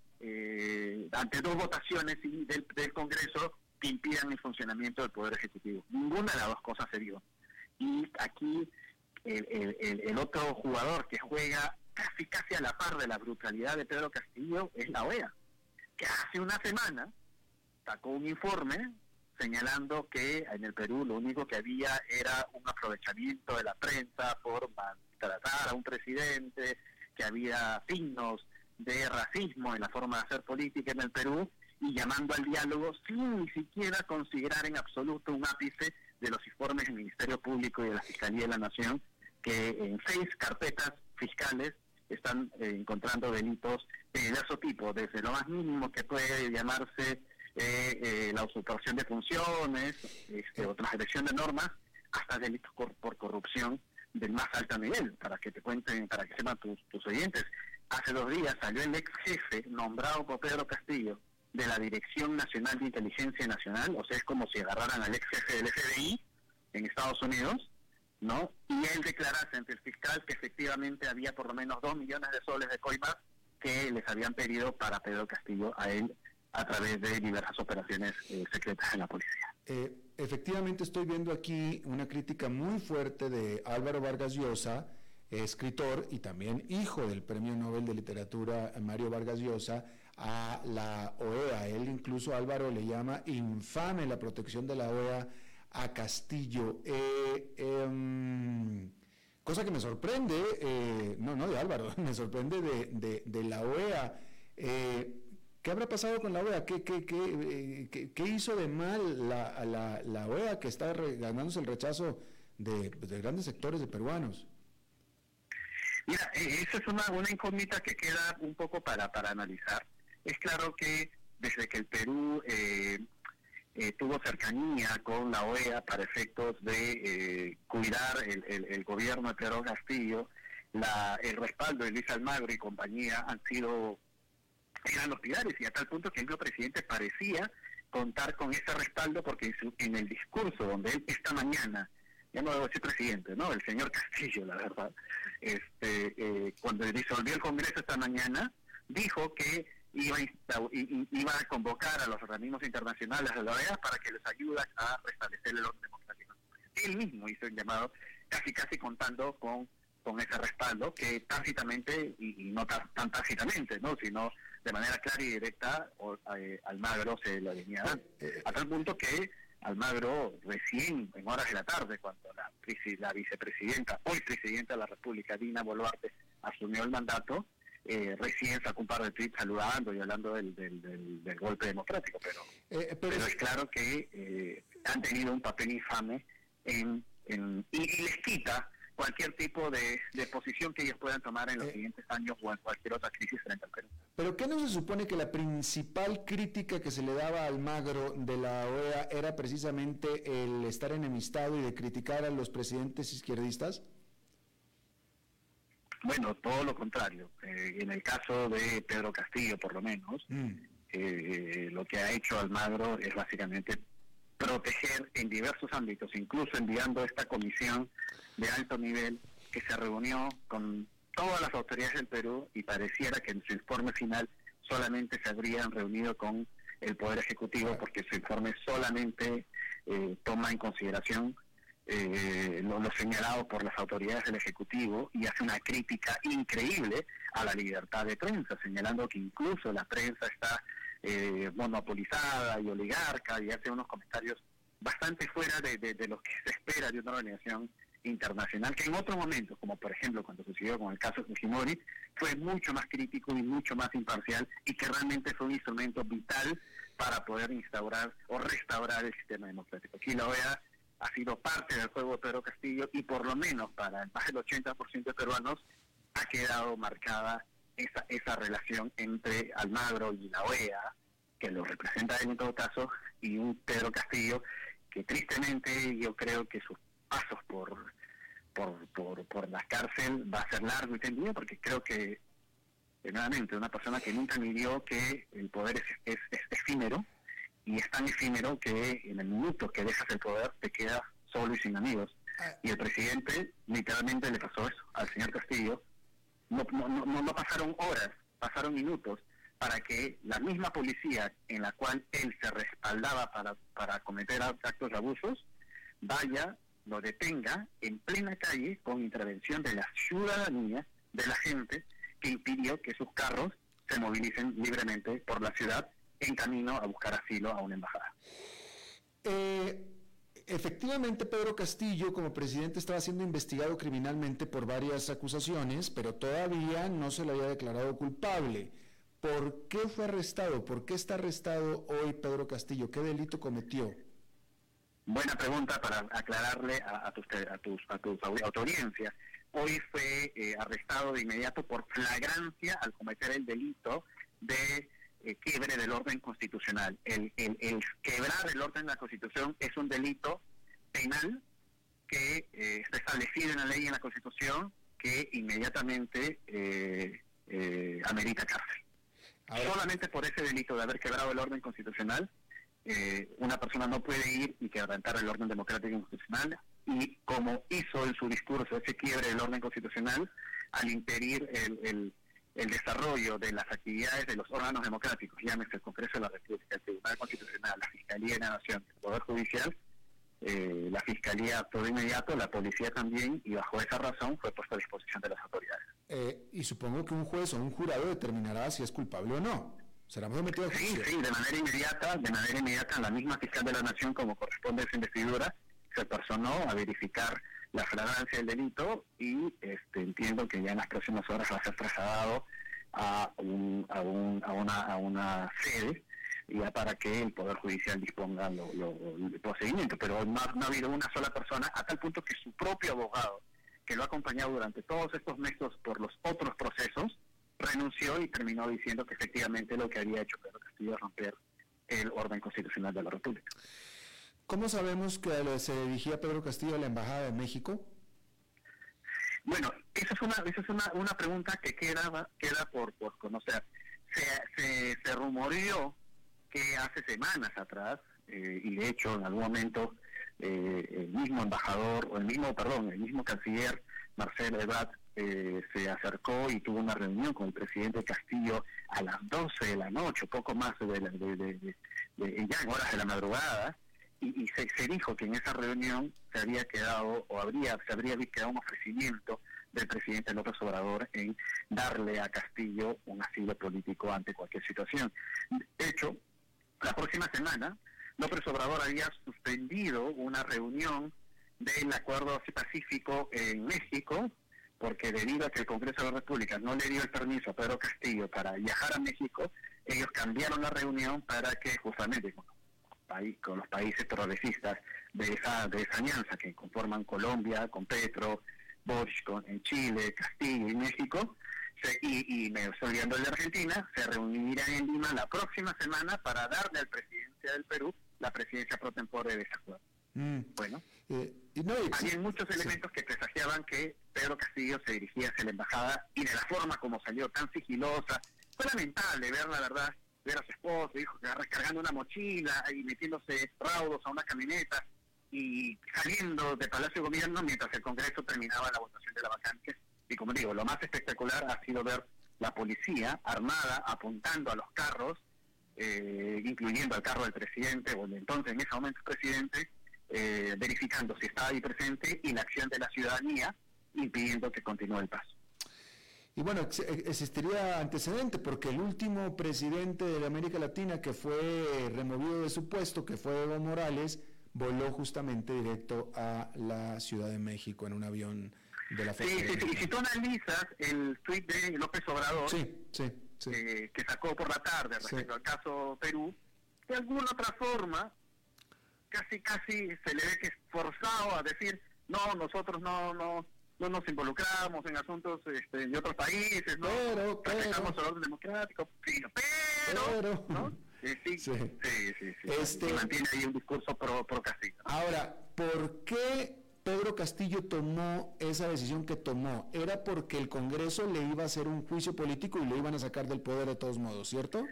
2 votaciones del Congreso que impidan el funcionamiento del Poder Ejecutivo. Ninguna de las 2 cosas se dio. Y aquí el otro jugador que juega casi a la par de la brutalidad de Pedro Castillo es la OEA, que hace una semana sacó un informe señalando que en el Perú lo único que había era un aprovechamiento de la prensa por maltratar a un presidente, que había signos de racismo en la forma de hacer política en el Perú, y llamando al diálogo sin ni siquiera considerar en absoluto un ápice de los informes del Ministerio Público y de la Fiscalía de la Nación, que en 6 carpetas fiscales están encontrando delitos de diverso tipo, desde lo más mínimo que puede llamarse la usurpación de funciones o transgresión de normas, hasta delitos por corrupción del más alto nivel, para que te cuenten, para que sepan tus oyentes. Hace 2 días salió el ex jefe nombrado por Pedro Castillo de la Dirección Nacional de Inteligencia Nacional, o sea, es como si agarraran al ex jefe del FBI en Estados Unidos, ¿no? Y él declarase ante el fiscal que efectivamente había por lo menos 2 millones de soles de coimas que les habían pedido para Pedro Castillo a él a través de diversas operaciones secretas en la policía. Efectivamente estoy viendo aquí una crítica muy fuerte de Álvaro Vargas Llosa, escritor y también hijo del Premio Nobel de Literatura Mario Vargas Llosa, a la OEA. Él incluso, Álvaro, le llama infame la protección de la OEA a Castillo. Cosa que me sorprende, no de Álvaro, me sorprende de la OEA. ¿Qué habrá pasado con la OEA? ¿Qué hizo de mal la OEA, que está ganándose el rechazo de grandes sectores de peruanos? Mira, esa es una incógnita que queda un poco para analizar. Es claro que desde que el Perú tuvo cercanía con la OEA para efectos de cuidar el gobierno de Pedro Castillo, el respaldo de Luis Almagro y compañía eran los pilares, y a tal punto que el mismo presidente parecía contar con ese respaldo, porque en el discurso donde él esta mañana, ya no debo decir presidente, ¿no? El señor Castillo, la verdad, cuando disolvió el Congreso esta mañana, dijo que iba a convocar a los organismos internacionales de la OEA para que les ayude a restablecer el orden democrático. Él mismo hizo el llamado, casi contando con ese respaldo, que tácitamente, y no tan tácitamente, ¿no?, sino de manera clara y directa, Almagro se lo venía dando. A tal punto que Almagro, recién en horas de la tarde, cuando la vicepresidenta, hoy presidenta de la República, Dina Boluarte, asumió el mandato, recién sacó un par de tweets saludando y hablando del golpe democrático, pero es claro que han tenido un papel infame y les quita cualquier tipo de posición que ellos puedan tomar en los siguientes años o en cualquier otra crisis frente al Perú. ¿Pero qué no se supone que la principal crítica que se le daba a Almagro de la OEA era precisamente el estar enemistado y de criticar a los presidentes izquierdistas? Bueno, todo lo contrario. En el caso de Pedro Castillo, por lo menos, lo que ha hecho Almagro es básicamente proteger en diversos ámbitos, incluso enviando esta comisión de alto nivel que se reunió con todas las autoridades del Perú y pareciera que en su informe final solamente se habrían reunido con el Poder Ejecutivo porque su informe solamente toma en consideración lo señalado por las autoridades del Ejecutivo y hace una crítica increíble a la libertad de prensa, señalando que incluso la prensa está monopolizada y oligarca, y hace unos comentarios bastante fuera de lo que se espera de una organización internacional, que en otros momentos, como por ejemplo cuando sucedió con el caso Fujimori, fue mucho más crítico y mucho más imparcial, y que realmente fue un instrumento vital para poder instaurar o restaurar el sistema democrático. Aquí la OEA ha sido parte del juego de Pedro Castillo, y por lo menos para más del 80% de peruanos ha quedado marcada esa relación entre Almagro y la OEA, que lo representa él en todo caso, y un Pedro Castillo que tristemente yo creo que sus pasos por la cárcel va a ser largo y tendido, porque creo que nuevamente una persona que nunca midió que el poder es efímero, y es tan efímero que en el minuto que dejas el poder te quedas solo y sin amigos. Y el presidente literalmente le pasó eso al señor Castillo. No pasaron horas, pasaron minutos para que la misma policía en la cual él se respaldaba para cometer actos de abusos vaya, lo detenga en plena calle con intervención de la ciudadanía, de la gente, que impidió que sus carros se movilicen libremente por la ciudad en camino a buscar asilo a una embajada. Efectivamente, Pedro Castillo, como presidente, estaba siendo investigado criminalmente por varias acusaciones, pero todavía no se le había declarado culpable. ¿Por qué fue arrestado? ¿Por qué está arrestado hoy Pedro Castillo? ¿Qué delito cometió? Buena pregunta para aclararle a tu audiencia. Hoy fue arrestado de inmediato por flagrancia al cometer el delito de quiebre del orden constitucional. El quebrar el orden de la Constitución es un delito penal que está establecido en la ley y en la Constitución, que inmediatamente amerita cárcel. Solamente por ese delito de haber quebrado el orden constitucional, una persona no puede ir y quebrantar el orden democrático y constitucional, y como hizo en su discurso ese quiebre del orden constitucional, al impedir el desarrollo de las actividades de los órganos democráticos, llámese el Congreso de la República, el Tribunal Constitucional, la Fiscalía de la Nación, el Poder Judicial, la Fiscalía actuó de inmediato, la Policía también, y bajo esa razón fue puesto a disposición de las autoridades. Y supongo que un juez o un jurado determinará si es culpable o no. ¿Será sometido a juicio? Sí, de manera inmediata, la misma fiscal de la Nación, como corresponde a esa investidura, se personó a verificar la flagrancia del delito, y entiendo que ya en las próximas horas va a ser trasladado a una sede, ya para que el Poder Judicial disponga el procedimiento. Pero no ha habido una sola persona, a tal punto que su propio abogado, que lo ha acompañado durante todos estos meses por los otros procesos, renunció y terminó diciendo que efectivamente lo que había hecho Pedro Castillo es romper el orden constitucional de la República. ¿Cómo sabemos que se dirigía Pedro Castillo a la Embajada de México? Bueno, esa es una pregunta que queda por conocer. Se rumoreó que hace semanas atrás, y de hecho en algún momento el mismo canciller Marcelo Ebrard se acercó y tuvo una reunión con el presidente Castillo a las 12 de la noche, poco más ya en horas de la madrugada, y se dijo que en esa reunión se habría quedado un ofrecimiento del presidente López Obrador en darle a Castillo un asilo político ante cualquier situación. De hecho, la próxima semana López Obrador había suspendido una reunión del Acuerdo Pacífico en México, porque debido a que el Congreso de la República no le dio el permiso a Pedro Castillo para viajar a México, ellos cambiaron la reunión para que justamente con los países progresistas de esa alianza que conforman Colombia, con Petro, Bosch en Chile, Castillo y México, y me estoy olvidando el de Argentina, se reunirán en Lima la próxima semana para darle al presidente del Perú la presidencia pro tempore de ese acuerdo. Bueno, había muchos elementos que presagiaban que Pedro Castillo se dirigía hacia la embajada, y de la forma como salió, tan sigilosa. Fue lamentable ver, la verdad, ver a su esposo, hijo, recargando una mochila y metiéndose raudos a una camioneta y saliendo de Palacio de Gobierno mientras el Congreso terminaba la votación de la vacante. Y como digo, lo más espectacular ha sido ver la policía armada apuntando a los carros, incluyendo al carro del presidente, o entonces en ese momento presidente, verificando si estaba ahí presente, y la acción de la ciudadanía impidiendo que continúe el paso. Y bueno, existiría antecedente, porque el último presidente de la América Latina que fue removido de su puesto, que fue Evo Morales, voló justamente directo a la Ciudad de México en un avión de la Federación. Sí, y si tú analizas el tuit de López Obrador, que sacó por la tarde respecto al caso Perú, de alguna otra forma, casi se le ve que es forzado a decir, no, nosotros no nos involucramos en asuntos de otros países, ¿no? Respetamos el orden democrático, pero ¿no? Sí. Y mantiene ahí un discurso pro Castillo. Ahora, ¿por qué Pedro Castillo tomó esa decisión que tomó? Era porque el Congreso le iba a hacer un juicio político y lo iban a sacar del poder de todos modos, ¿cierto?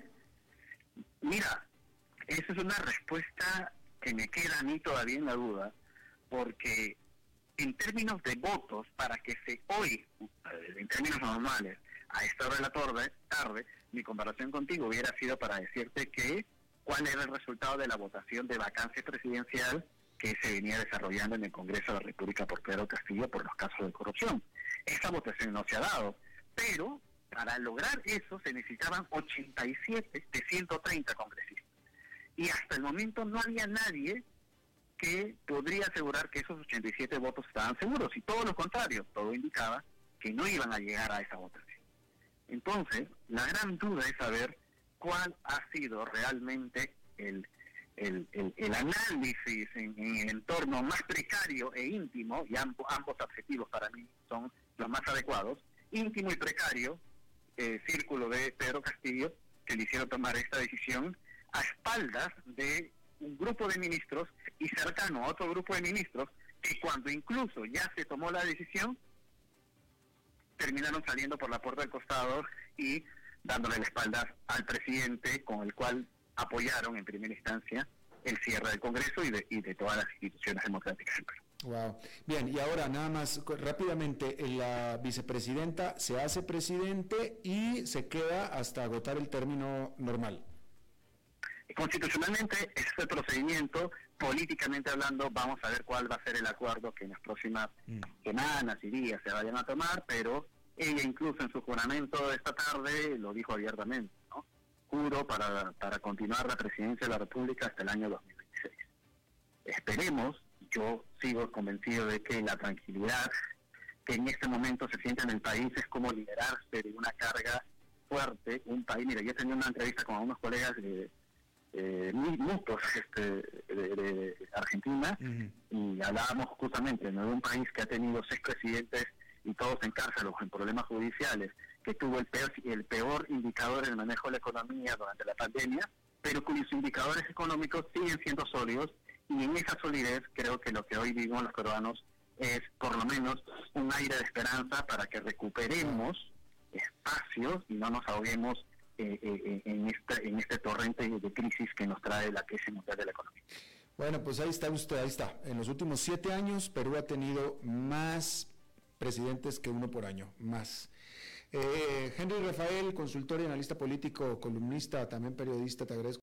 Mira, esa es una respuesta que me queda a mí todavía en la duda, porque en términos de votos, para que hoy, en términos normales, a esta hora de la tarde, mi comparación contigo hubiera sido para decirte cuál era el resultado de la votación de vacancia presidencial que se venía desarrollando en el Congreso de la República por Pedro Castillo por los casos de corrupción. Esa votación no se ha dado, pero para lograr eso se necesitaban 87 de 130 congresistas. Y hasta el momento no había nadie que podría asegurar que esos 87 votos estaban seguros, y todo lo contrario, todo indicaba que no iban a llegar a esa votación. Entonces, la gran duda es saber cuál ha sido realmente el análisis en el entorno más precario e íntimo, y ambos adjetivos para mí son los más adecuados, íntimo y precario, círculo de Pedro Castillo, que le hicieron tomar esta decisión a espaldas de un grupo de ministros y cercano a otro grupo de ministros que, cuando incluso ya se tomó la decisión, terminaron saliendo por la puerta del costado y dándole la espalda al presidente, con el cual apoyaron en primera instancia el cierre del Congreso y de todas las instituciones democráticas del Perú. Wow. Bien, y ahora nada más rápidamente, la vicepresidenta se hace presidente y se queda hasta agotar el término normal. Constitucionalmente ese es el procedimiento. Políticamente hablando, vamos a ver cuál va a ser el acuerdo que en las próximas semanas y días se vayan a tomar, pero ella incluso en su juramento de esta tarde lo dijo abiertamente, ¿no? Juro para continuar la presidencia de la República hasta el año 2026. Esperemos, yo sigo convencido de que la tranquilidad que en este momento se siente en el país es como liberarse de una carga fuerte. Un país, mira, yo tenía una entrevista con algunos colegas mutuos de Argentina, y hablábamos justamente de un país que ha tenido 6 presidentes y todos en cárcel o en problemas judiciales, que tuvo el peor indicador en el manejo de la economía durante la pandemia, pero cuyos indicadores económicos siguen siendo sólidos, y en esa solidez creo que lo que hoy vivimos los peruanos es por lo menos un aire de esperanza para que recuperemos espacios y no nos ahoguemos en este torrente de crisis que nos trae la crisis mundial de la economía. Bueno, pues ahí está usted, ahí está. En los últimos 7 años, Perú ha tenido más presidentes que uno por año, más. Henry Rafael, consultor y analista político, columnista, también periodista, te agradezco